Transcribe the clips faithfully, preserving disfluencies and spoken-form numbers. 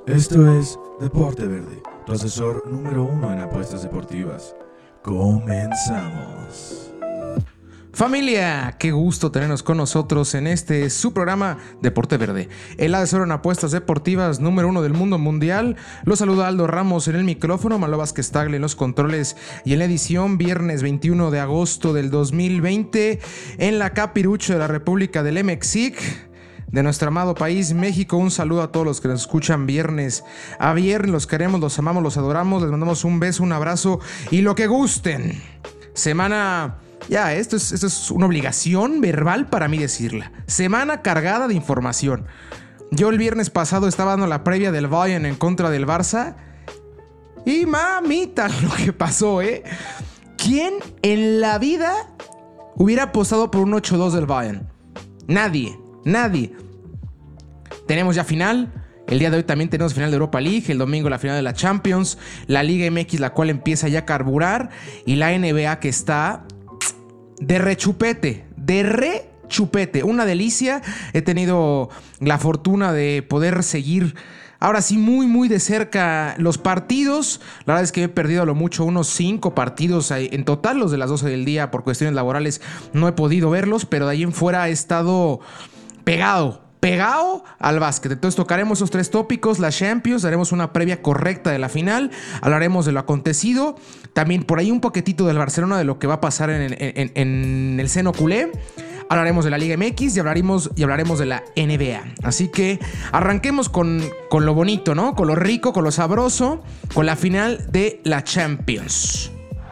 Esto es Deporte Verde, tu asesor número uno en apuestas deportivas. Comenzamos. Familia, qué gusto tenernos con nosotros en este su programa Deporte Verde, el asesor en apuestas deportivas número uno del mundo mundial. Los saluda Aldo Ramos en el micrófono, Malo Vázquez Tagle en los controles y en la edición, viernes veintiuno de agosto del dos mil veinte, en la Capirucho de la República del Mexic, de nuestro amado país México. Un saludo a todos los que nos escuchan viernes a viernes. Los queremos, los amamos, los adoramos. Les mandamos un beso, un abrazo y lo que gusten. Semana... Ya, esto es, esto es una obligación verbal para mí decirla. Semana cargada de información. Yo el viernes pasado estaba dando la previa del Bayern en contra del Barça. Y mamita lo que pasó, ¿eh? ¿Quién en la vida hubiera apostado por un ocho dos del Bayern? Nadie, nadie. Tenemos ya final. El día de hoy también tenemos final de Europa League. El domingo la final de la Champions. La Liga M X, la cual empieza ya a carburar. Y la N B A que está... de rechupete, de rechupete, una delicia. He tenido la fortuna de poder seguir ahora sí muy muy de cerca los partidos. La verdad es que he perdido a lo mucho unos cinco partidos en total, los de las doce del día por cuestiones laborales no he podido verlos, pero de ahí en fuera he estado pegado. Pegado al básquet. Entonces tocaremos esos tres tópicos, la Champions, haremos una previa correcta de la final, hablaremos de lo acontecido, también por ahí un poquitito del Barcelona, de lo que va a pasar en, en, en el seno culé, hablaremos de la Liga M X y hablaremos, y hablaremos de la N B A. Así que arranquemos con, con lo bonito, ¿no? Con lo rico, con lo sabroso, con la final de la Champions.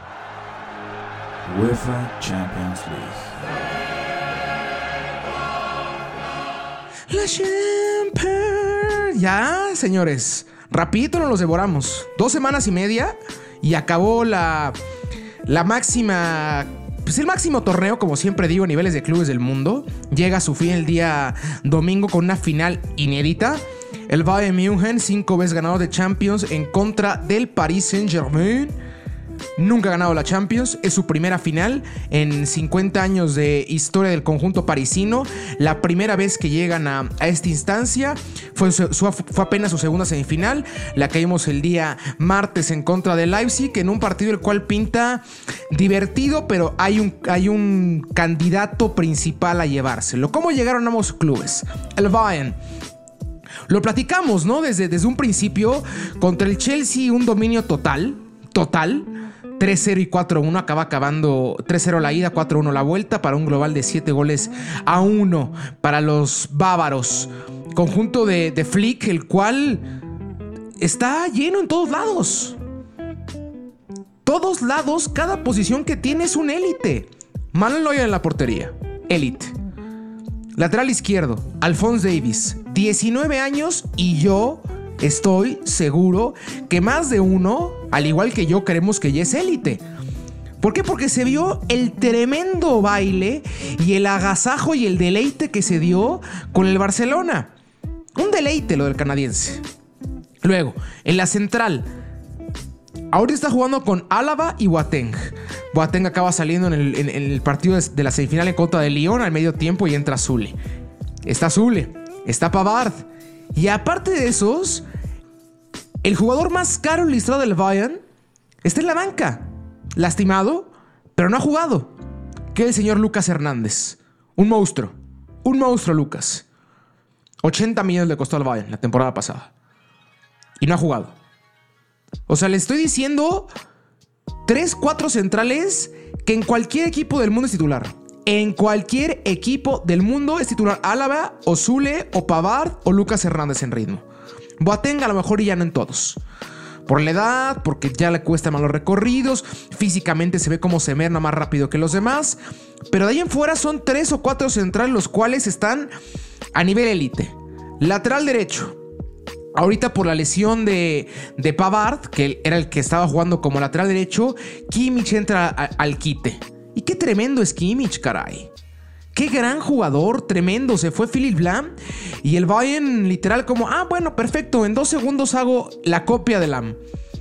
UEFA Champions League. La Champions. Ya, señores, rapidito nos los devoramos. Dos semanas y media y acabó la, la máxima... Pues el máximo torneo, como siempre digo, a niveles de clubes del mundo. Llega a su fin el día domingo con una final inédita. El Bayern München, cinco veces ganador de Champions en contra del Paris Saint-Germain. Nunca ha ganado la Champions, es su primera final en cincuenta años de historia del conjunto parisino. La primera vez que llegan a, a esta instancia fue, su, su, fue apenas su segunda semifinal. La caímos el día martes en contra de Leipzig, en un partido el cual pinta divertido, pero hay un, hay un candidato principal a llevárselo. ¿Cómo llegaron ambos clubes? El Bayern, lo platicamos, ¿no? Desde, desde un principio, contra el Chelsea un dominio total, total. tres cero y cuatro uno, acaba acabando tres cero la ida, cuatro uno la vuelta, para un global de siete goles a uno para los bávaros. Conjunto de, de Flick, el cual está lleno en todos lados. Todos lados, cada posición que tiene es un élite. Manuel Neuer en la portería, élite. Lateral izquierdo, Alphonse Davies, diecinueve años, y yo estoy seguro que más de uno, al igual que yo, creemos que ya es élite. ¿Por qué? Porque se vio el tremendo baile y el agasajo y el deleite que se dio con el Barcelona. Un deleite lo del canadiense. Luego, en la central, ahorita está jugando con Álava y Boateng. Boateng acaba saliendo en el, en, en el partido de la semifinal en contra de Lyon al medio tiempo y entra Zule. Está Zule, está Pavard. Y aparte de esos, el jugador más caro en la historia del Bayern está en la banca, lastimado, pero no ha jugado, que es el señor Lucas Hernández. Un monstruo, un monstruo Lucas. ochenta millones le costó al Bayern la temporada pasada y no ha jugado. O sea, le estoy diciendo tres, cuatro centrales que en cualquier equipo del mundo es titular. En cualquier equipo del mundo es titular Álava, o Zule, o Pavard, o Lucas Hernández en ritmo. Boateng a lo mejor y ya no en todos. Por la edad, porque ya le cuesta más los recorridos, físicamente se ve como se merma más rápido que los demás. Pero de ahí en fuera son tres o cuatro centrales los cuales están a nivel élite. Lateral derecho. Ahorita por la lesión de, de Pavard, que era el que estaba jugando como lateral derecho, Kimmich entra a, al quite. Y qué tremendo es Kimmich, caray. Qué gran jugador, tremendo. Se fue Philipp Lahm y el Bayern literal como, ah, bueno, perfecto, en dos segundos hago la copia de Lahm.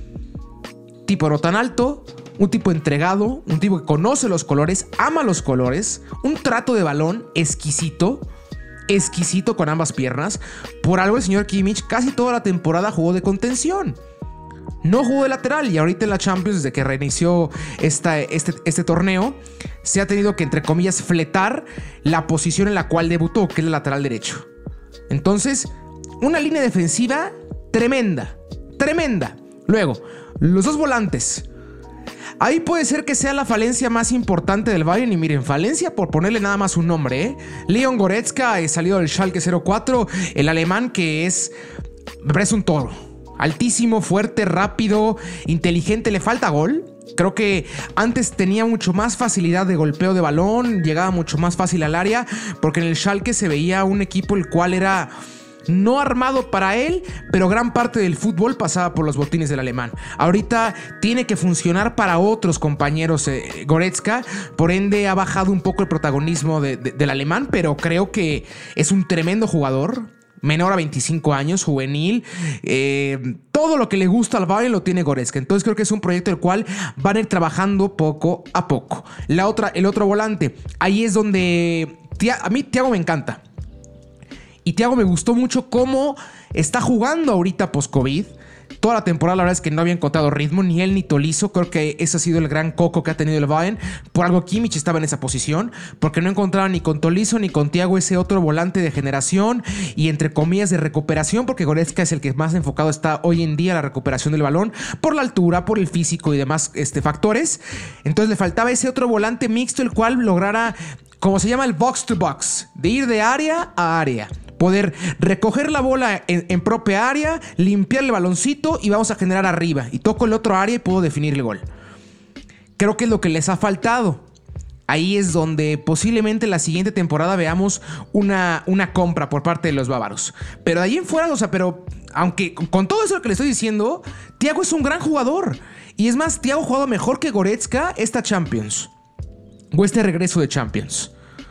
Tipo no tan alto, un tipo entregado, un tipo que conoce los colores, ama los colores, un trato de balón exquisito. exquisito con ambas piernas. Por algo el señor Kimmich casi toda la temporada jugó de contención. No jugó de lateral y ahorita en la Champions, desde que reinició esta, este, este torneo, se ha tenido que, entre comillas, fletar la posición en la cual debutó, que es el lateral derecho. Entonces, una línea defensiva tremenda, tremenda. Luego, los dos volantes. Ahí puede ser que sea la falencia más importante del Bayern. Y miren, falencia por ponerle nada más un nombre, ¿eh? Leon Goretzka, eh, salido del Schalke cero cuatro, el alemán que es... me parece un toro. Altísimo, fuerte, rápido, inteligente, le falta gol. Creo que antes tenía mucho más facilidad de golpeo de balón, llegaba mucho más fácil al área, porque en el Schalke se veía un equipo el cual era no armado para él, pero gran parte del fútbol pasaba por los botines del alemán. Ahorita tiene que funcionar para otros compañeros eh, Goretzka, por ende ha bajado un poco el protagonismo de, de, del alemán, pero creo que es un tremendo jugador. Menor a veinticinco años, juvenil, eh, todo lo que le gusta al Bayern lo tiene Goretzka. Entonces creo que es un proyecto el cual van a ir trabajando poco a poco. La otra, el otro volante, ahí es donde a mí Thiago me encanta. Y Thiago me gustó mucho cómo está jugando ahorita post-COVID. Toda la temporada la verdad es que no había encontrado ritmo, ni él ni Tolisso. Creo que ese ha sido el gran coco que ha tenido el Bayern. Por algo Kimmich estaba en esa posición, porque no encontraba ni con Tolisso ni con Thiago ese otro volante de generación y entre comillas de recuperación, porque Goretzka es el que más enfocado está hoy en día a la recuperación del balón, por la altura, por el físico y demás este, factores. Entonces le faltaba ese otro volante mixto el cual lograra, como se llama, el box to box, de ir de área a área. Poder recoger la bola en, en propia área, limpiar el baloncito y vamos a generar arriba. Y toco el otro área y puedo definir el gol. Creo que es lo que les ha faltado. Ahí es donde posiblemente la siguiente temporada veamos una, una compra por parte de los bávaros. Pero de ahí en fuera, o sea, pero aunque con todo eso que le estoy diciendo, Thiago es un gran jugador. Y es más, Thiago ha jugado mejor que Goretzka esta Champions. O este regreso de Champions.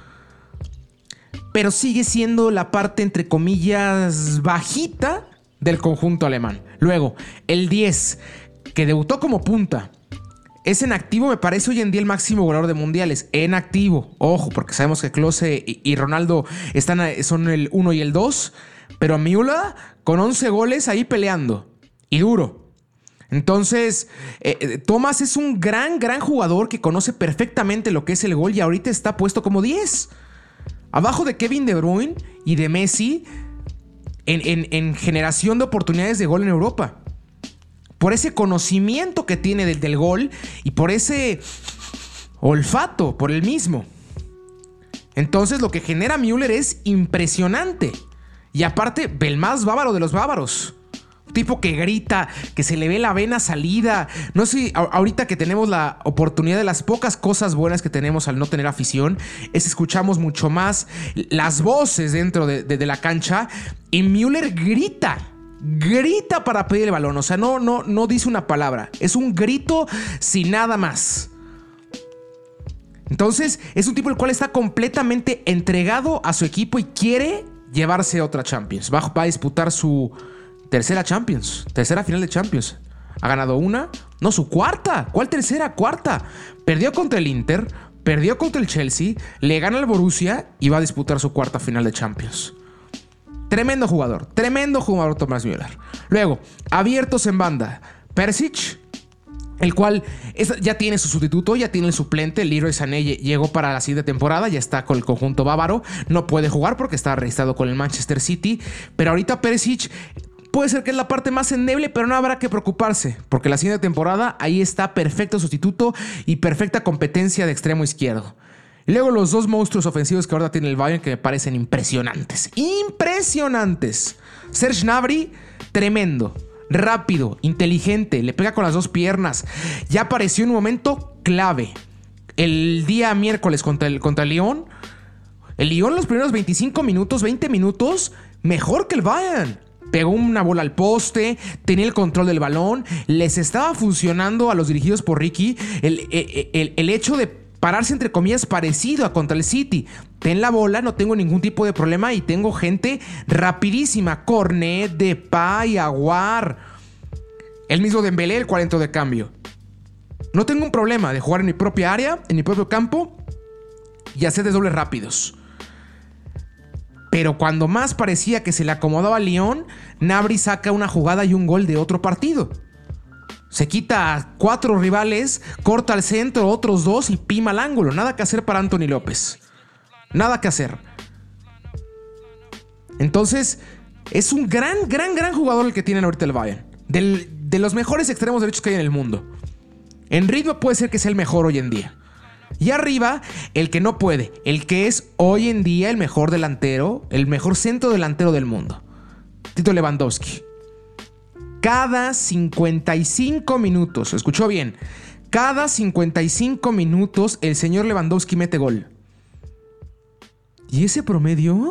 Pero sigue siendo la parte, entre comillas, bajita del conjunto alemán. Luego, el diez, que debutó como punta. Es en activo, me parece hoy en día el máximo goleador de mundiales. En activo, ojo, porque sabemos que Klose y Ronaldo están, son el uno y el dos. Pero Müller con once goles ahí peleando. Y duro. Entonces, eh, Thomas es un gran, gran jugador que conoce perfectamente lo que es el gol y ahorita está puesto como diez. Abajo de Kevin De Bruyne y de Messi en, en, en generación de oportunidades de gol en Europa. Por ese conocimiento que tiene del, del gol y por ese olfato, por el mismo. Entonces lo que genera Müller es impresionante. Y aparte, el más bávaro de los bávaros. Tipo que grita, que se le ve la vena salida. No sé, ahorita que tenemos la oportunidad de las pocas cosas buenas que tenemos al no tener afición, es escuchamos mucho más las voces dentro de, de, de la cancha. Y Müller grita, grita para pedir el balón. O sea, no, no, no dice una palabra. Es un grito sin nada más. Entonces, es un tipo el cual está completamente entregado a su equipo y quiere llevarse otra Champions. Va, va a disputar su tercera Champions, tercera final de Champions. Ha ganado una, no, su cuarta. ¿Cuál tercera? Cuarta. Perdió contra el Inter, perdió contra el Chelsea, le gana al Borussia y va a disputar su cuarta final de Champions. Tremendo jugador, tremendo jugador Thomas Müller. Luego, abiertos en banda, Perisic, el cual es, ya tiene su sustituto, ya tiene el suplente. Leroy Sané llegó para la siguiente temporada, ya está con el conjunto bávaro. No puede jugar porque está registrado con el Manchester City, pero ahorita Perisic puede ser que es la parte más endeble, pero no habrá que preocuparse, porque la siguiente temporada ahí está perfecto sustituto y perfecta competencia de extremo izquierdo. Y luego los dos monstruos ofensivos que ahora tiene el Bayern que me parecen impresionantes. Impresionantes. Serge Gnabry, tremendo, rápido, inteligente, le pega con las dos piernas. Ya apareció en un momento clave. El día miércoles contra el, contra el Lyon. El Lyon los primeros veinticinco minutos, veinte minutos, mejor que el Bayern. Pegó una bola al poste, tenía el control del balón, les estaba funcionando a los dirigidos por Ricky el, el, el, el hecho de pararse entre comillas parecido a contra el City. Ten la bola, no tengo ningún tipo de problema y tengo gente rapidísima. Cornet, Depay, Aguar, el mismo Dembélé, el cual entró de cambio. No tengo un problema de jugar en mi propia área, en mi propio campo y hacer desdobles rápidos. Pero cuando más parecía que se le acomodaba a Lyon, Gnabry saca una jugada y un gol de otro partido. Se quita a cuatro rivales, corta al centro, otros dos y pima al ángulo. Nada que hacer para Anthony López. Nada que hacer. Entonces, es un gran, gran, gran jugador el que tiene ahorita el Bayern. Del, de los mejores extremos derechos que hay en el mundo. En ritmo puede ser que sea el mejor hoy en día. Y arriba, el que no puede. El que es hoy en día el mejor delantero, el mejor centro delantero del mundo. Tito Lewandowski. Cada cincuenta y cinco minutos, ¿escuchó bien? Cada cincuenta y cinco minutos el señor Lewandowski mete gol. ¿Y ese promedio?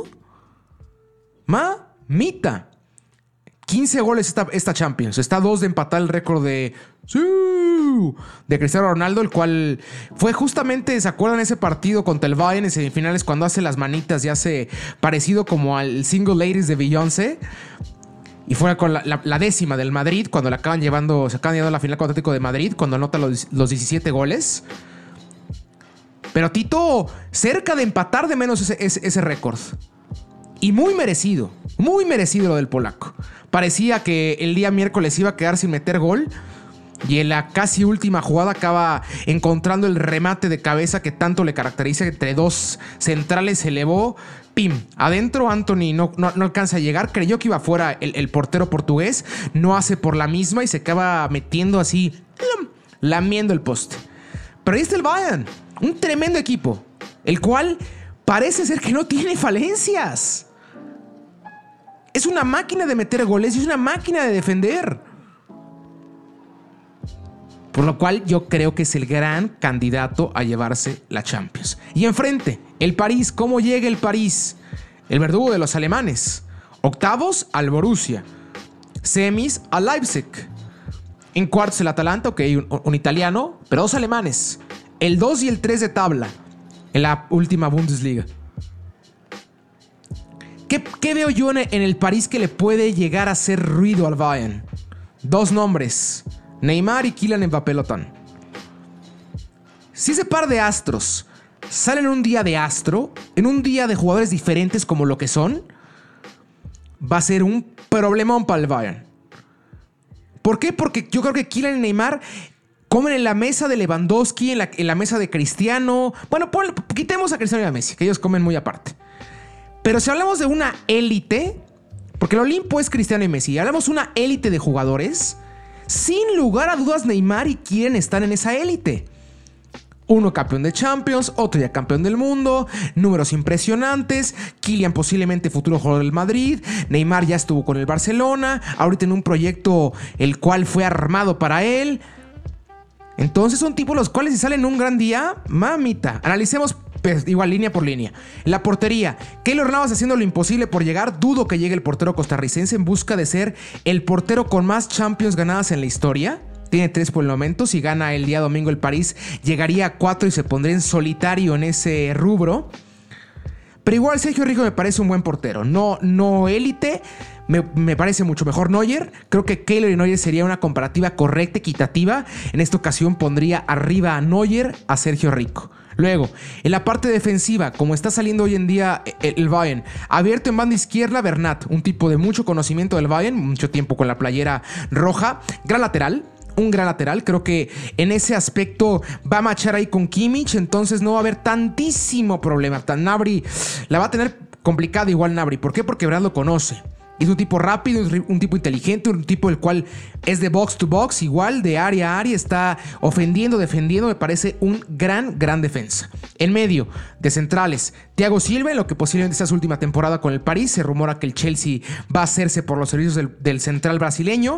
Mamita. quince goles esta, esta Champions. Está a dos de empatar el récord de... ¡Sí! De Cristiano Ronaldo, el cual fue justamente, ¿se acuerdan ese partido contra el Bayern en semifinales cuando hace las manitas y hace parecido como al Single Ladies de Beyoncé? Y fue con la, la, la décima del Madrid, cuando la acaban llevando, se acaban llevando a la final con Atlético de Madrid, cuando anota los, los diecisiete goles. Pero Tito, cerca de empatar de menos ese, ese, ese récord. Y muy merecido, muy merecido lo del polaco. Parecía que el día miércoles iba a quedar sin meter gol. Y en la casi última jugada acaba encontrando el remate de cabeza que tanto le caracteriza. Entre dos centrales se elevó. ¡Pim! Adentro Anthony no, no, no alcanza a llegar. Creyó que iba fuera el, el portero portugués. No hace por la misma y se acaba metiendo así, lamiendo el poste. Pero ahí está el Bayern. Un tremendo equipo. El cual parece ser que no tiene falencias. Es una máquina de meter goles y es una máquina de defender. Por lo cual yo creo que es el gran candidato a llevarse la Champions. Y enfrente, el París. ¿Cómo llega el París? El verdugo de los alemanes. Octavos al Borussia. Semis al Leipzig. En cuartos el Atalanta, ok, un, un italiano, pero dos alemanes. El dos y el tres de tabla en la última Bundesliga. ¿Qué, qué veo yo en el, en el París que le puede llegar a hacer ruido al Bayern? Dos nombres. Neymar y Kylian Mbappé Lotán. Si ese par de astros salen en un día de astro, en un día de jugadores diferentes como lo que son, va a ser un problemón para el Bayern. ¿Por qué? Porque yo creo que Kylian y Neymar comen en la mesa de Lewandowski, en la, en la mesa de Cristiano. Bueno, pon, quitemos a Cristiano y a Messi, que ellos comen muy aparte. Pero si hablamos de una élite, porque el Olimpo es Cristiano y Messi, y hablamos de una élite de jugadores, sin lugar a dudas Neymar y Kylian están en esa élite. Uno campeón de Champions, otro ya campeón del mundo, números impresionantes. Kylian posiblemente futuro jugador del Madrid. Neymar ya estuvo con el Barcelona, ahorita en un proyecto el cual fue armado para él. Entonces son tipos los cuales si salen un gran día, mamita. Analicemos pues, igual línea por línea. La portería, Keylor Navas haciendo lo imposible por llegar. Dudo que llegue el portero costarricense en busca de ser el portero con más Champions ganadas en la historia. Tiene tres por el momento. Si gana el día domingo el París, llegaría a cuatro y se pondría en solitario en ese rubro. Pero igual Sergio Rico me parece un buen portero. No, no élite. Me, me parece mucho mejor Neuer. Creo que Keylor y Neuer sería una comparativa correcta, equitativa. En esta ocasión pondría arriba a Neuer, a Sergio Rico. Luego, en la parte defensiva, como está saliendo hoy en día el, el Bayern, abierto en banda izquierda, Bernat, un tipo de mucho conocimiento del Bayern, mucho tiempo con la playera roja, gran lateral. Un gran lateral, creo que en ese aspecto va a machar ahí con Kimmich, entonces no va a haber tantísimo problema. Gnabry la va a tener complicada igual Gnabry. ¿Por qué? Porque Brad lo conoce. Es un tipo rápido, un tipo inteligente, un tipo el cual es de box to box, igual de área a área, está ofendiendo, defendiendo, me parece un gran, gran defensa. En medio de centrales, Thiago Silva, en lo que posiblemente sea su última temporada con el París, se rumora que el Chelsea va a hacerse por los servicios del, del central brasileño.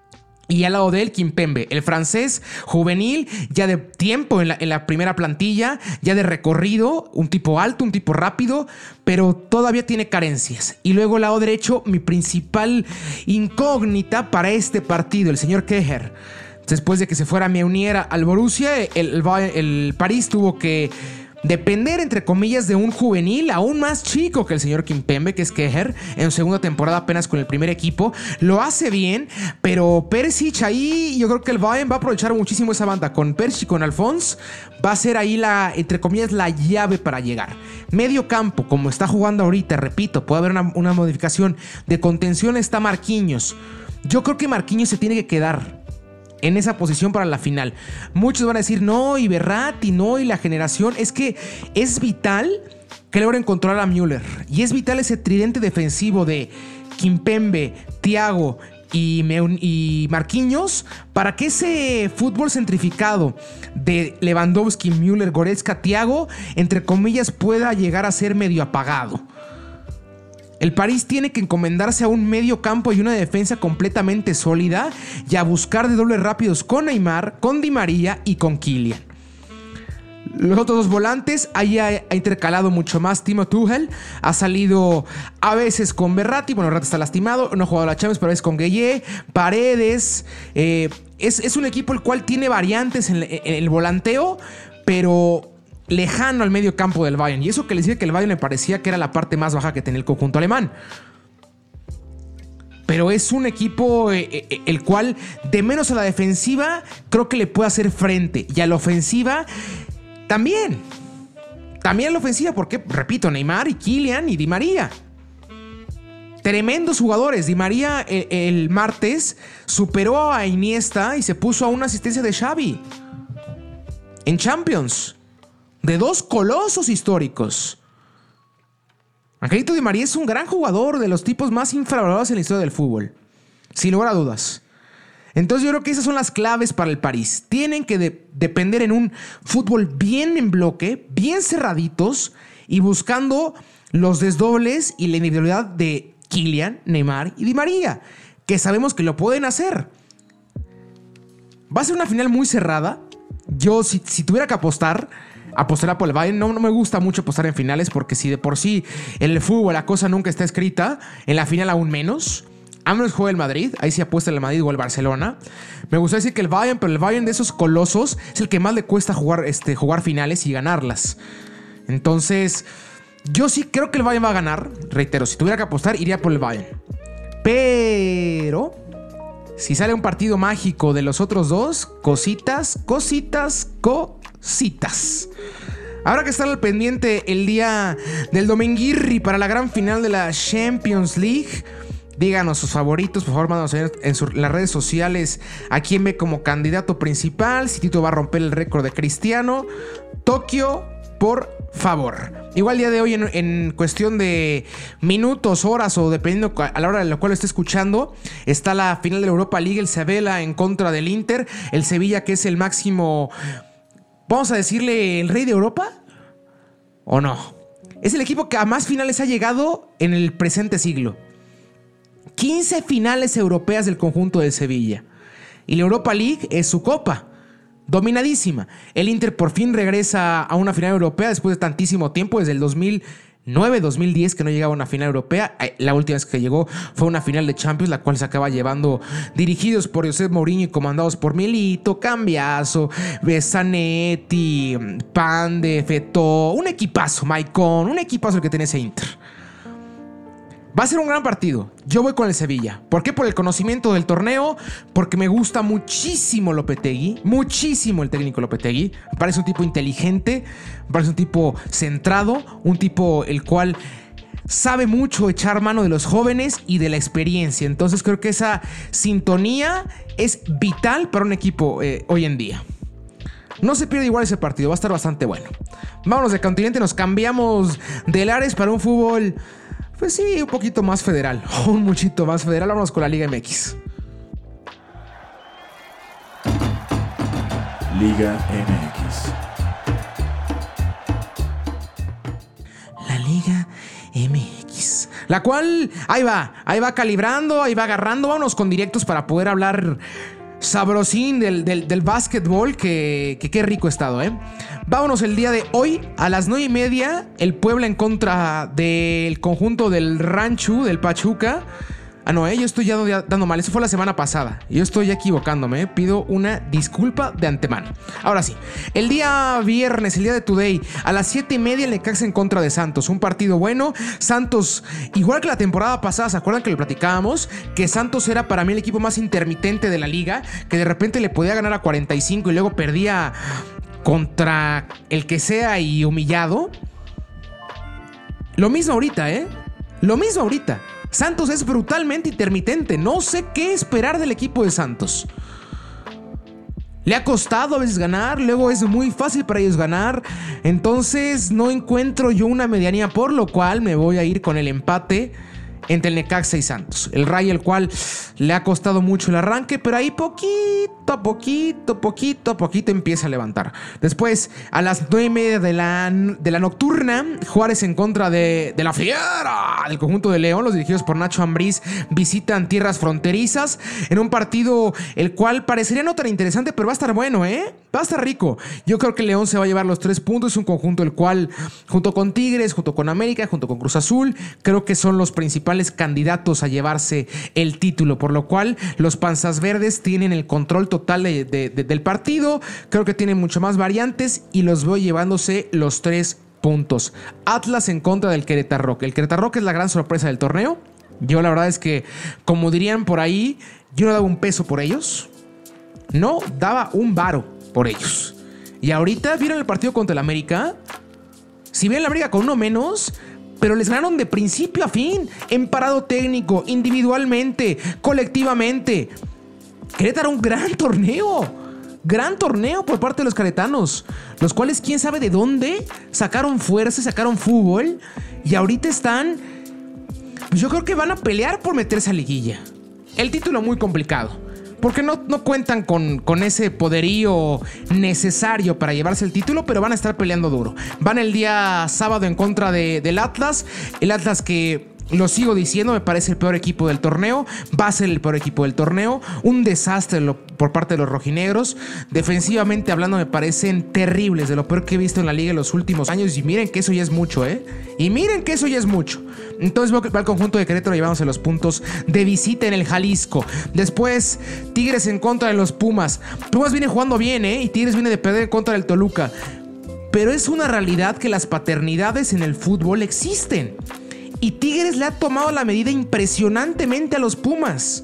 Y al lado de él, Kimpembe, el francés juvenil, ya de tiempo en la, en la primera plantilla, ya de recorrido, un tipo alto, un tipo rápido, pero todavía tiene carencias. Y luego al lado derecho, mi principal incógnita para este partido, el señor Keher. Después de que se fuera Meunier al Borussia, el, el, el París tuvo que depender, entre comillas, de un juvenil aún más chico que el señor Kimpembe, que es Kehrer, en su segunda temporada apenas con el primer equipo. Lo hace bien, pero Perisic ahí, yo creo que el Bayern va a aprovechar muchísimo esa banda. Con Perisic y con Alphonse va a ser ahí la, entre comillas, la llave para llegar. Medio campo, como está jugando ahorita, repito, puede haber una, una modificación. De contención está Marquinhos. Yo creo que Marquinhos se tiene que quedar en esa posición para la final. Muchos van a decir, no, y Verratti, no, y la generación. Es que es vital que logren controlar a Müller. Y es vital ese tridente defensivo de Kimpembe, Thiago y, y Marquinhos para que ese fútbol centrificado de Lewandowski, Müller, Goretzka, Thiago, entre comillas, pueda llegar a ser medio apagado. El París tiene que encomendarse a un medio campo y una defensa completamente sólida y a buscar de dobles rápidos con Neymar, con Di María y con Kylian. Los otros dos volantes, ahí ha, ha intercalado mucho más Timo Tuchel. Ha salido a veces con Verratti. Bueno, Verratti está lastimado, no ha jugado la Champions, pero a veces con Gueye, Paredes. Eh, es, es un equipo el cual tiene variantes en, en el volanteo, pero lejano al medio campo del Bayern. Y eso que les decía que el Bayern me parecía que era la parte más baja que tenía el conjunto alemán. Pero es un equipo eh, eh, el cual, de menos a la defensiva, creo que le puede hacer frente. Y a la ofensiva, también. También a la ofensiva, porque, repito, Neymar y Kylian y Di María. Tremendos jugadores. Di María el, el martes superó a Iniesta y se puso a una asistencia de Xavi en Champions. De dos colosos históricos. Angelito Di María es un gran jugador, de los tipos más infravalorados en la historia del fútbol, sin lugar a dudas. Entonces yo creo que esas son las claves para el París. Tienen que de- depender en un fútbol bien en bloque, bien cerraditos y buscando los desdobles y la individualidad de Kylian, Neymar y Di María, que sabemos que lo pueden hacer. Va a ser una final muy cerrada. Yo, si, si tuviera que apostar, apostará por el Bayern. No, no me gusta mucho apostar en finales, porque si de por sí en el fútbol la cosa nunca está escrita, en la final aún menos. A menos juega el Madrid, ahí sí apuesta el Madrid o el Barcelona. Me gustaría decir que el Bayern, pero el Bayern de esos colosos es el que más le cuesta jugar, este, jugar finales y ganarlas. Entonces, yo sí creo que el Bayern va a ganar. Reitero, si tuviera que apostar, iría por el Bayern. Pero si sale un partido mágico de los otros dos, cositas, cositas, cositas. Habrá que estar al pendiente el día del dominguirri para la gran final de la Champions League. Díganos sus favoritos, por favor, mándanos en, en, su, en las redes sociales a quién ve como candidato principal. Si Tito va a romper el récord de Cristiano. Tokio, por favor. Igual día de hoy, en, en cuestión de minutos, horas o dependiendo a la hora de la cual lo esté escuchando, está la final de la Europa League, el Sevilla en contra del Inter. El Sevilla, que es el máximo, vamos a decirle, el rey de Europa, ¿o no? Es el equipo que a más finales ha llegado en el presente siglo. quince finales europeas del conjunto del Sevilla. Y la Europa League es su copa. Dominadísima. El Inter por fin regresa a una final europea después de tantísimo tiempo, desde el dos mil nueve, dos mil diez que no llegaba a una final europea. La última vez que llegó fue una final de Champions, la cual se acaba llevando, dirigidos por José Mourinho y comandados por Milito, Cambiaso, Zanetti, Pande, Fetó. Un equipazo, Maicon, un equipazo el que tiene ese Inter. Va a ser un gran partido. Yo voy con el Sevilla. ¿Por qué? Por el conocimiento del torneo. Porque me gusta muchísimo Lopetegui. Muchísimo el técnico Lopetegui. Me parece un tipo inteligente. Me parece un tipo centrado. Un tipo el cual sabe mucho echar mano de los jóvenes y de la experiencia. Entonces creo que esa sintonía es vital para un equipo eh, hoy en día. No se pierde igual ese partido. Va a estar bastante bueno. Vámonos de continente. Nos cambiamos de lares para un fútbol, pues sí, un poquito más federal. Un muchito más federal. Vámonos con la Liga M X. Liga M X. La Liga M X. La cual, ahí va, ahí va calibrando, ahí va agarrando. Vámonos con directos para poder hablar sabrosín del, del, del básquetbol, que, que qué rico estado, ¿eh? Vámonos el día de hoy a las nueve y media. El Puebla en contra del conjunto del Rancho, del Pachuca. Ah, no, eh, yo estoy ya dando mal. Eso fue la semana pasada. Yo estoy equivocándome. Eh. Pido una disculpa de antemano. Ahora sí, el día viernes, el día de Today, a las siete y media, el Necaxa en contra de Santos. Un partido bueno. Santos, igual que la temporada pasada, ¿se acuerdan que lo platicábamos? Que Santos era para mí el equipo más intermitente de la liga, que de repente le podía ganar a cuarenta y cinco y luego perdía contra el que sea y humillado. Lo mismo ahorita, ¿eh? Lo mismo ahorita. Santos es brutalmente intermitente. No sé qué esperar del equipo de Santos. Le ha costado a veces ganar, luego es muy fácil para ellos ganar. Entonces no encuentro yo una medianía, por lo cual me voy a ir con el empate entre el Necaxa y Santos. El Rayo, el cual le ha costado mucho el arranque, pero ahí poquito a poquito, poquito a poquito empieza a levantar. Después, a las nueve y media de la, de la nocturna, Juárez en contra de, de la Fiera, del conjunto de León. Los dirigidos por Nacho Ambriz visitan tierras fronterizas en un partido el cual parecería no tan interesante, pero va a estar bueno, ¿eh? Va a estar rico. Yo creo que León se va a llevar los tres puntos. Es un conjunto el cual, junto con Tigres, junto con América, junto con Cruz Azul, creo que son los principales candidatos a llevarse el título, por lo cual los panzas verdes tienen el control total de, de, de, del partido. Creo que tienen mucho más variantes y los veo llevándose los tres puntos. Atlas en contra del Querétaro. El Querétaro es la gran sorpresa del torneo. Yo la verdad es que, como dirían por ahí, yo no daba un peso por ellos, no daba un varo por ellos. Y ahorita vieron el partido contra el América. Si bien la América con uno menos, pero les ganaron de principio a fin, en parado técnico, individualmente, colectivamente. Querétaro, un gran torneo, gran torneo por parte de los queretanos, los cuales quién sabe de dónde sacaron fuerza, sacaron fútbol, y ahorita están, pues yo creo que van a pelear por meterse a liguilla. El título muy complicado, porque no, no cuentan con, con ese poderío necesario para llevarse el título, pero van a estar peleando duro. Van el día sábado en contra de, del Atlas. El Atlas que, lo sigo diciendo, me parece el peor equipo del torneo. Va a ser el peor equipo del torneo. Un desastre lo, por parte de los rojinegros. Defensivamente hablando me parecen terribles, de lo peor que he visto en la liga en los últimos años. Y miren que eso ya es mucho, ¿eh? Y miren que eso ya es mucho. Entonces veo que va el conjunto de Querétaro llevándose los puntos de visita en el Jalisco. Después, Tigres en contra de los Pumas. Pumas viene jugando bien, ¿eh? Y Tigres viene de perder en contra del Toluca. Pero es una realidad que las paternidades en el fútbol existen. Y Tigres le ha tomado la medida impresionantemente a los Pumas.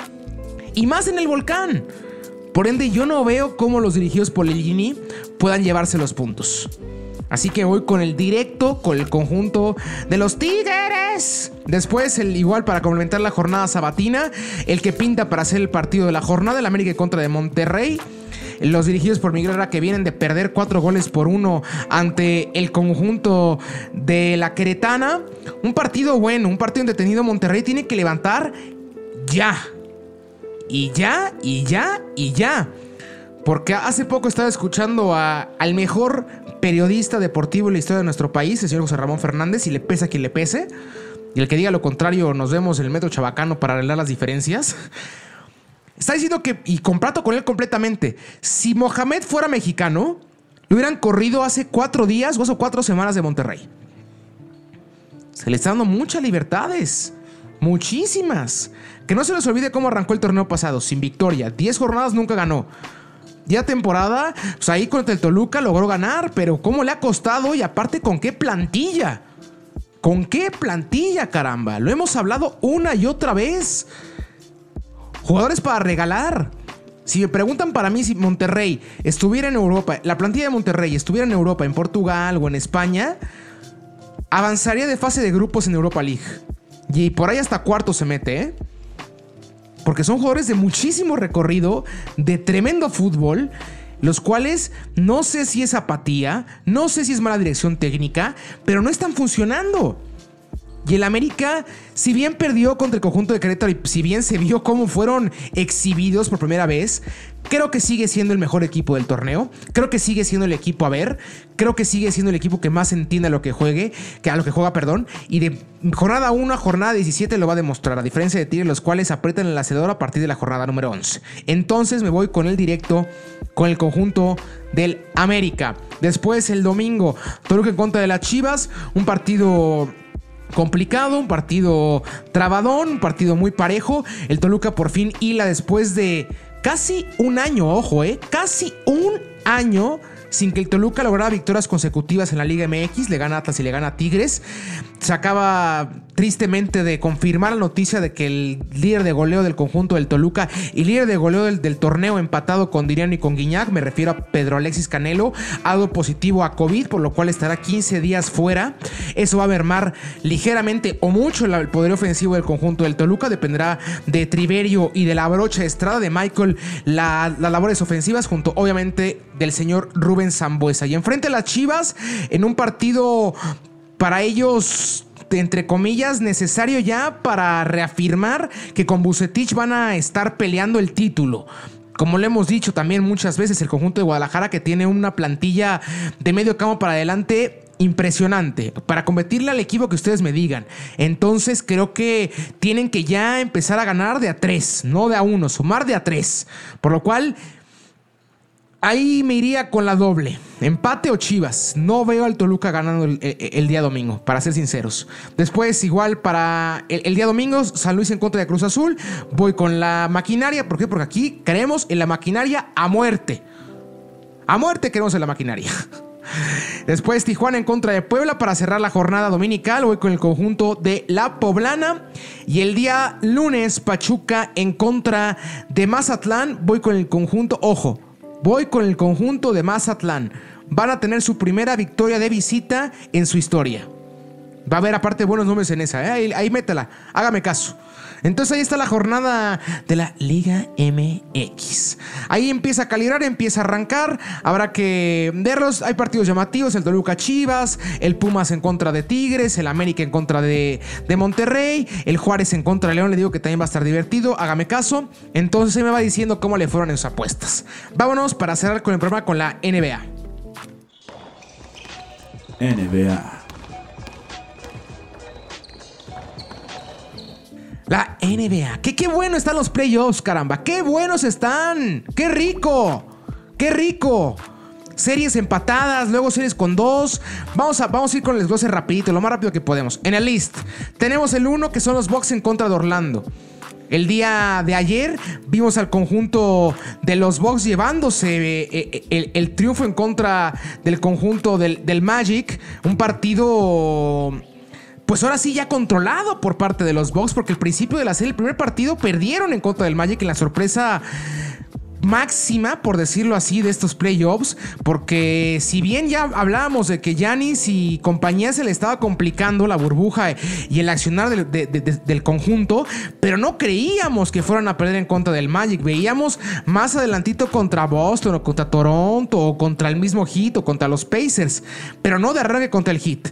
Y más en el Volcán. Por ende, yo no veo cómo los dirigidos por Lilini puedan llevarse los puntos. Así que voy con el directo, con el conjunto de los Tigres. Después, el igual para complementar la jornada sabatina, el que pinta para hacer el partido de la jornada, el América contra de Monterrey. Los dirigidos por Miguel Herrera, que vienen de perder cuatro goles por uno ante el conjunto de la Queretana. Un partido bueno, un partido entretenido. Monterrey tiene que levantar ya. Y ya, y ya, y ya. Porque hace poco estaba escuchando a, al mejor periodista deportivo en la historia de nuestro país, el señor José Ramón Fernández, y le pese a quien le pese. Y el que diga lo contrario, nos vemos en el Metro Chabacano para arreglar las diferencias. Está diciendo que, y comparto con él completamente, si Mohamed fuera mexicano, lo hubieran corrido hace cuatro días o hace cuatro semanas de Monterrey. Se le está dando muchas libertades, muchísimas. Que no se les olvide cómo arrancó el torneo pasado, sin victoria, diez jornadas nunca ganó. Ya temporada, pues ahí contra el Toluca logró ganar, pero cómo le ha costado y aparte con qué plantilla. ¿Con qué plantilla, caramba? Lo hemos hablado una y otra vez. Jugadores para regalar. Si me preguntan para mí si Monterrey estuviera en Europa, la plantilla de Monterrey estuviera en Europa, en Portugal o en España, avanzaría de fase de grupos en Europa League. Y por ahí hasta cuarto se mete, ¿eh? Porque son jugadores de muchísimo recorrido, de tremendo fútbol, los cuales no sé si es apatía, no sé si es mala dirección técnica, pero no están funcionando. Y el América, si bien perdió contra el conjunto de Querétaro y si bien se vio cómo fueron exhibidos por primera vez, creo que sigue siendo el mejor equipo del torneo. Creo que sigue siendo el equipo a ver. Creo que sigue siendo el equipo que más entiende a lo que juegue, que a lo que juega, perdón. Y de jornada uno a jornada diecisiete lo va a demostrar, a diferencia de Tigres, los cuales aprietan el acelerador a partir de la jornada número once. Entonces me voy con el directo, con el conjunto del América. Después el domingo, Toluca en contra de las Chivas, un partido complicado, un partido trabadón, un partido muy parejo. El Toluca por fin hila después de casi un año, ojo, eh, casi un año sin que el Toluca lograra victorias consecutivas en la Liga M X. Le gana Atlas y le gana Tigres. Se acaba tristemente de confirmar la noticia de que el líder de goleo del conjunto del Toluca y líder de goleo del, del torneo, empatado con Diriano y con Guiñac, me refiero a Pedro Alexis Canelo, ha dado positivo a COVID, por lo cual estará quince días fuera. Eso va a mermar ligeramente o mucho el poder ofensivo del conjunto del Toluca. Dependerá de Triverio y de la brocha Estrada, de Michael, la, las labores ofensivas, junto obviamente del señor Rubén Sambueza. Y enfrente a las Chivas, en un partido para ellos, entre comillas, necesario ya para reafirmar que con Vucetich van a estar peleando el título. Como le hemos dicho también muchas veces, el conjunto de Guadalajara, que tiene una plantilla de medio campo para adelante impresionante para competirle al equipo que ustedes me digan. Entonces creo que tienen que ya empezar a ganar de a tres, no de a uno, sumar de a tres. Por lo cual, ahí me iría con la doble. Empate o Chivas. No veo al Toluca ganando el, el, el día domingo, para ser sinceros. Después, igual para el, el día domingo, San Luis en contra de Cruz Azul. Voy con la maquinaria. ¿Por qué? Porque aquí creemos en la maquinaria a muerte. A muerte creemos en la maquinaria. Después Tijuana en contra de Puebla para cerrar la jornada dominical. Voy con el conjunto de La Poblana. Y el día lunes, Pachuca en contra de Mazatlán. Voy con el conjunto, ojo, voy con el conjunto de Mazatlán. Van a tener su primera victoria de visita en su historia. Va a haber aparte buenos números en esa, ¿eh? ahí, ahí métela, hágame caso. Entonces ahí está la jornada de la Liga M X. Ahí empieza a calibrar, empieza a arrancar. Habrá que verlos. Hay partidos llamativos: el Toluca Chivas, el Pumas en contra de Tigres, el América en contra de, de Monterrey, el Juárez en contra de León. Le digo que también va a estar divertido, hágame caso. Entonces ahí me va diciendo cómo le fueron en sus apuestas. Vámonos para cerrar con el programa con la N B A. N B A. La N B A. ¿Qué, qué bueno están los playoffs, caramba. ¡Qué buenos están! ¡Qué rico! ¡Qué rico! Series empatadas, luego series con dos. Vamos a, vamos a ir con el desglose rapidito, lo más rápido que podemos. En el list tenemos el uno, que son los Bucks en contra de Orlando. El día de ayer vimos al conjunto de los Bucks llevándose el, el, el triunfo en contra del conjunto del, del Magic. Un partido, pues ahora sí ya controlado por parte de los Bucks, porque al principio de la serie, el primer partido, perdieron en contra del Magic en la sorpresa máxima, por decirlo así, de estos playoffs, porque si bien ya hablábamos de que Giannis y compañía se le estaba complicando la burbuja y el accionar del, de, de, de, del conjunto, pero no creíamos que fueran a perder en contra del Magic. Veíamos más adelantito contra Boston o contra Toronto o contra el mismo Heat o contra los Pacers, pero no de arranque contra el Heat.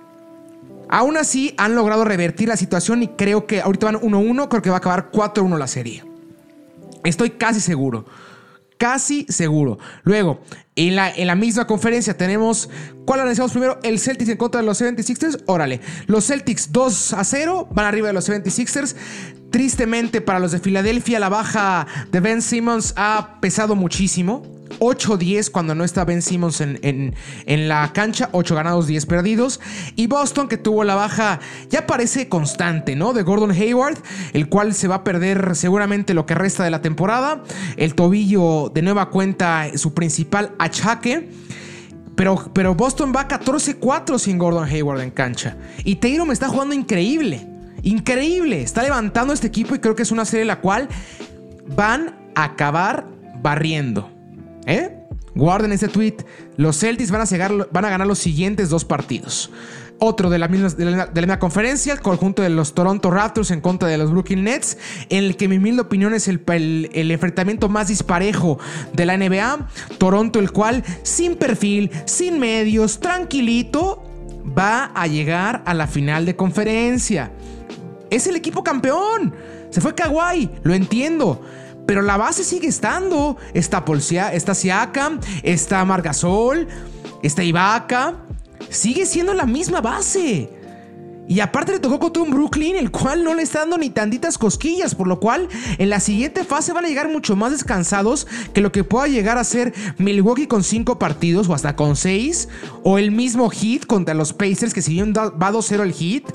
Aún así han logrado revertir la situación y creo que ahorita van uno uno, creo que va a acabar cuatro uno la serie. Estoy casi seguro. Casi seguro. Luego, en la, en la misma conferencia tenemos... ¿Cuál analizamos primero? El Celtics en contra de los setenta y seis ers. Órale. Los Celtics dos a cero. Van arriba de los setenta y seis ers. Tristemente para los de Filadelfia, la baja de Ben Simmons ha pesado muchísimo. ocho diez cuando no está Ben Simmons en, en, en la cancha. ocho ganados, diez perdidos. Y Boston, que tuvo la baja, ya parece constante, ¿no? De Gordon Hayward, el cual se va a perder seguramente lo que resta de la temporada. El tobillo de nueva cuenta, su principal achaque. Pero, pero Boston va catorce cuatro sin Gordon Hayward en cancha. Y Tatum está jugando increíble. Increíble. Está levantando este equipo y creo que es una serie la cual van a acabar barriendo. ¿Eh? Guarden este tweet. Los Celtics van a, cegar, van a ganar los siguientes dos partidos. Otro de la, misma, de, la, de la misma conferencia, el conjunto de los Toronto Raptors en contra de los Brooklyn Nets, en el que mi humilde opinión es el, el, el enfrentamiento más disparejo de la N B A. Toronto, el cual sin perfil, sin medios, tranquilito, va a llegar a la final de conferencia. Es el equipo campeón. Se fue Kawhi, lo entiendo, pero la base sigue estando. Está Polsia, está Siakam, está Marc Gasol, está Ibaka. Sigue siendo la misma base. Y aparte le tocó contra un Brooklyn, el cual no le está dando ni tantitas cosquillas, por lo cual en la siguiente fase van a llegar mucho más descansados que lo que pueda llegar a ser Milwaukee con cinco partidos o hasta con seis, o el mismo Heat contra los Pacers, que si bien va dos cero el Heat,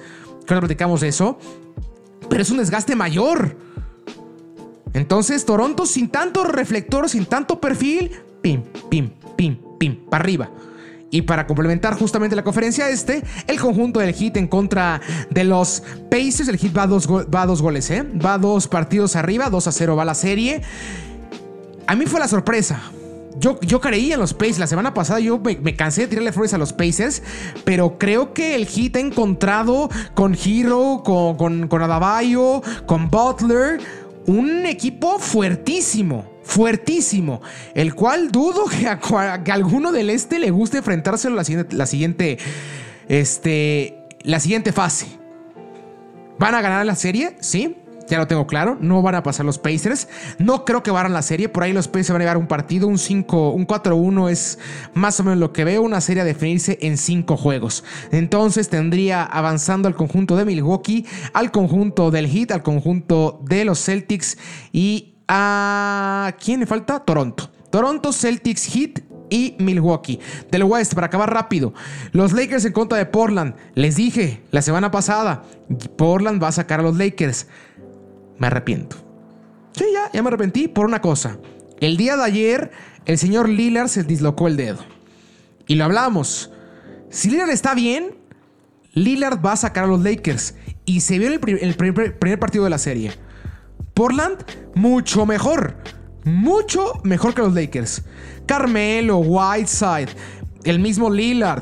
Creo que platicamos de eso. Pero es un desgaste mayor. Entonces, Toronto sin tanto reflector, sin tanto perfil, pim, pim, pim, pim, para arriba. Y para complementar justamente la conferencia este, el conjunto del Heat en contra de los Pacers. El Heat va a dos, go- va a dos goles, ¿eh? Va a dos partidos arriba, dos a cero va la serie. A mí fue la sorpresa. Yo, yo creía en los Pacers. La semana pasada yo me, me cansé de tirarle flores a los Pacers, pero creo que el Heat ha encontrado con Hero, con, con, con Adebayo, con Butler, un equipo fuertísimo. Fuertísimo, el cual dudo que a, que a alguno del este le guste enfrentárselo la siguiente, la siguiente, este, la siguiente fase. ¿Van a ganar la serie? Sí, ya lo tengo claro. No van a pasar los Pacers. No creo que vayan la serie. Por ahí los Pacers van a llevar un partido, un cinco, un cuatro uno es más o menos lo que veo. Una serie a definirse en cinco juegos. Entonces tendría avanzando al conjunto de Milwaukee, al conjunto del Heat, al conjunto de los Celtics y ¿a quién le falta? Toronto. Toronto, Celtics, Heat y Milwaukee. Del West, para acabar rápido, los Lakers en contra de Portland. Les dije la semana pasada, Portland va a sacar a los Lakers. Me arrepiento. Sí, ya, ya me arrepentí por una cosa. El día de ayer, el señor Lillard se dislocó el dedo. Y lo hablamos. Si Lillard está bien, Lillard va a sacar a los Lakers. Y se vio en el, pri- el primer, primer partido de la serie. Portland, mucho mejor. Mucho mejor que los Lakers. Carmelo, Whiteside, el mismo Lillard.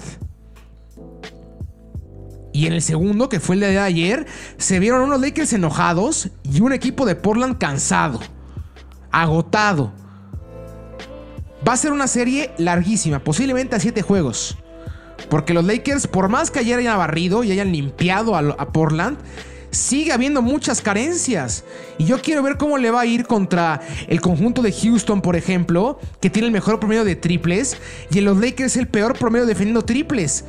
Y en el segundo, que fue el de ayer, se vieron unos Lakers enojados y un equipo de Portland cansado, agotado. Va a ser una serie larguísima, posiblemente a siete juegos. Porque los Lakers, por más que ayer hayan barrido y hayan limpiado a, a Portland, sigue habiendo muchas carencias. Y yo quiero ver cómo le va a ir contra el conjunto de Houston, por ejemplo, que tiene el mejor promedio de triples, y en los Lakers el peor promedio defendiendo triples.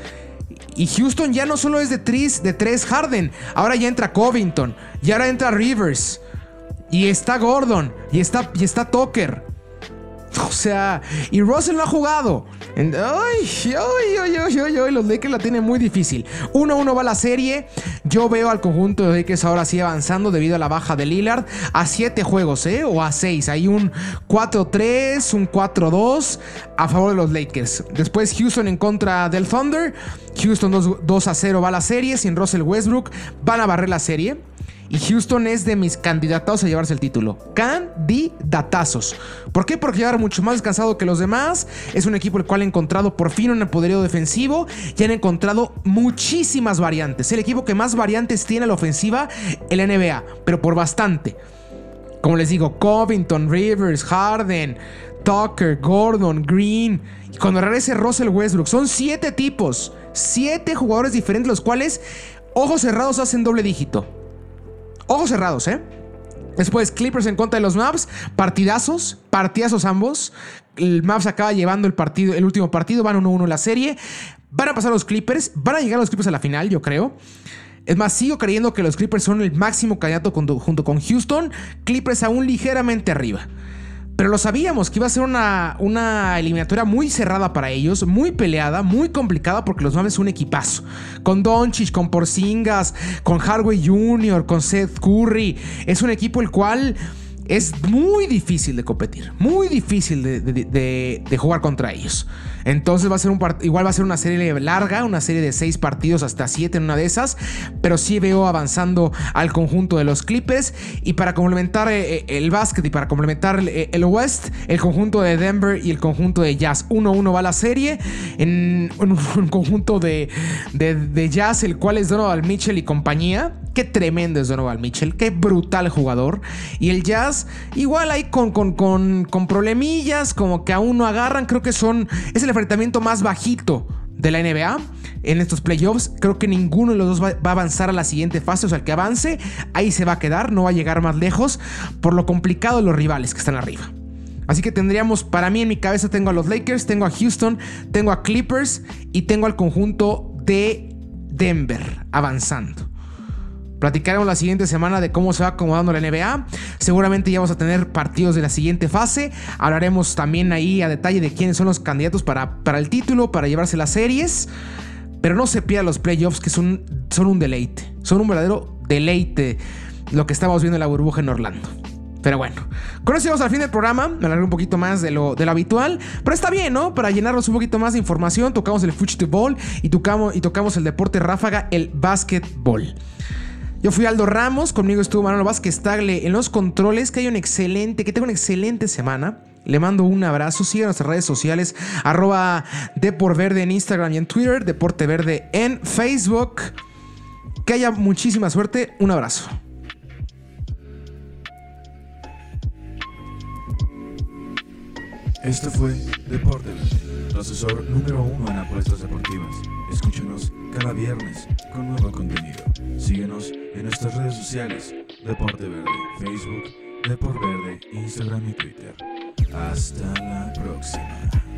Y Houston ya no solo es de tres, de tres Harden, ahora ya entra Covington, y ahora entra Rivers, y está Gordon, y está, y está Tucker. O sea, y Russell no ha jugado. Ay, ay, ay, ay, ay, ay, los Lakers la tienen muy difícil. uno uno va la serie. Yo veo al conjunto de Lakers ahora sí avanzando debido a la baja de Lillard a siete juegos, ¿eh? O a seis. Hay un cuatro tres, un cuatro dos a favor de los Lakers. Después Houston en contra del Thunder. Houston dos a cero va la serie. Sin Russell Westbrook van a barrer la serie. Y Houston es de mis candidatos a llevarse el título. Candidatazos. ¿Por qué? Porque lleva mucho más descansado que los demás. Es un equipo el cual ha encontrado por fin un poderío defensivo. Y han encontrado muchísimas variantes. El equipo que más variantes tiene a la ofensiva en la N B A. Pero por bastante. Como les digo, Covington, Rivers, Harden, Tucker, Gordon, Green. Y cuando regrese Russell Westbrook. Son siete tipos. Siete jugadores diferentes, los cuales, ojos cerrados, hacen doble dígito. Ojos cerrados, ¿eh? Después Clippers en contra de los Mavs. Partidazos, partidazos ambos. El Mavs acaba llevando el partido, el último partido. Van uno uno en la serie. Van a pasar los Clippers. Van a llegar los Clippers a la final, yo creo. Es más, sigo creyendo que los Clippers son el máximo candidato junto con Houston. Clippers aún ligeramente arriba. Pero lo sabíamos que iba a ser una, una eliminatoria muy cerrada para ellos, muy peleada, muy complicada, porque los Mavs son un equipazo. Con Doncic, con Porzingis, con Hardaway junior, con Seth Curry. Es un equipo el cual es muy difícil de competir, muy difícil de, de, de, de jugar contra ellos. Entonces va a ser un part- igual va a ser una serie larga, una serie de seis partidos hasta siete en una de esas, pero sí veo avanzando al conjunto de los Clippers. Y para complementar eh, el básquet y para complementar el, el West, el conjunto de Denver y el conjunto de Jazz. uno uno va la serie en un, un conjunto de, de, de Jazz, el cual es Donovan Mitchell y compañía. Qué tremendo es Donovan Mitchell, qué brutal jugador. Y el Jazz igual ahí con, con, con, con problemillas, como que aún no agarran. Creo que son es el enfrentamiento más bajito de la N B A en estos playoffs. Creo que ninguno de los dos va, va a avanzar a la siguiente fase. O sea, el que avance, ahí se va a quedar, no va a llegar más lejos por lo complicado de los rivales que están arriba. Así que tendríamos, para mí en mi cabeza tengo a los Lakers, tengo a Houston, tengo a Clippers y tengo al conjunto de Denver avanzando. Platicaremos la siguiente semana de cómo se va acomodando la N B A. Seguramente ya vamos a tener partidos de la siguiente fase. Hablaremos también ahí a detalle de quiénes son los candidatos para, para el título, para llevarse las series. Pero no se pierdan los playoffs, que son, son un deleite. Son un verdadero deleite lo que estamos viendo en la burbuja en Orlando. Pero bueno, con eso llegamos al fin del programa. Me alargué un poquito más de lo, de lo habitual, pero está bien, ¿no? Para llenarnos un poquito más de información, tocamos el fútbol y tocamos, y tocamos el deporte ráfaga, el básquetbol. Yo fui Aldo Ramos, conmigo estuvo Manolo Vázquez Tagle en los controles. Que haya un excelente, que tenga una excelente semana. Le mando un abrazo. Sigan nuestras redes sociales, arroba Deporverde en Instagram y en Twitter, Deporte Verde en Facebook. Que haya muchísima suerte. Un abrazo. Este fue Deporte Verde, tu asesor número uno en apuestas deportivas. Escúchanos cada viernes con nuevo contenido. Síguenos en nuestras redes sociales, Deporte Verde, Facebook, Deporte Verde, Instagram y Twitter. Hasta la próxima.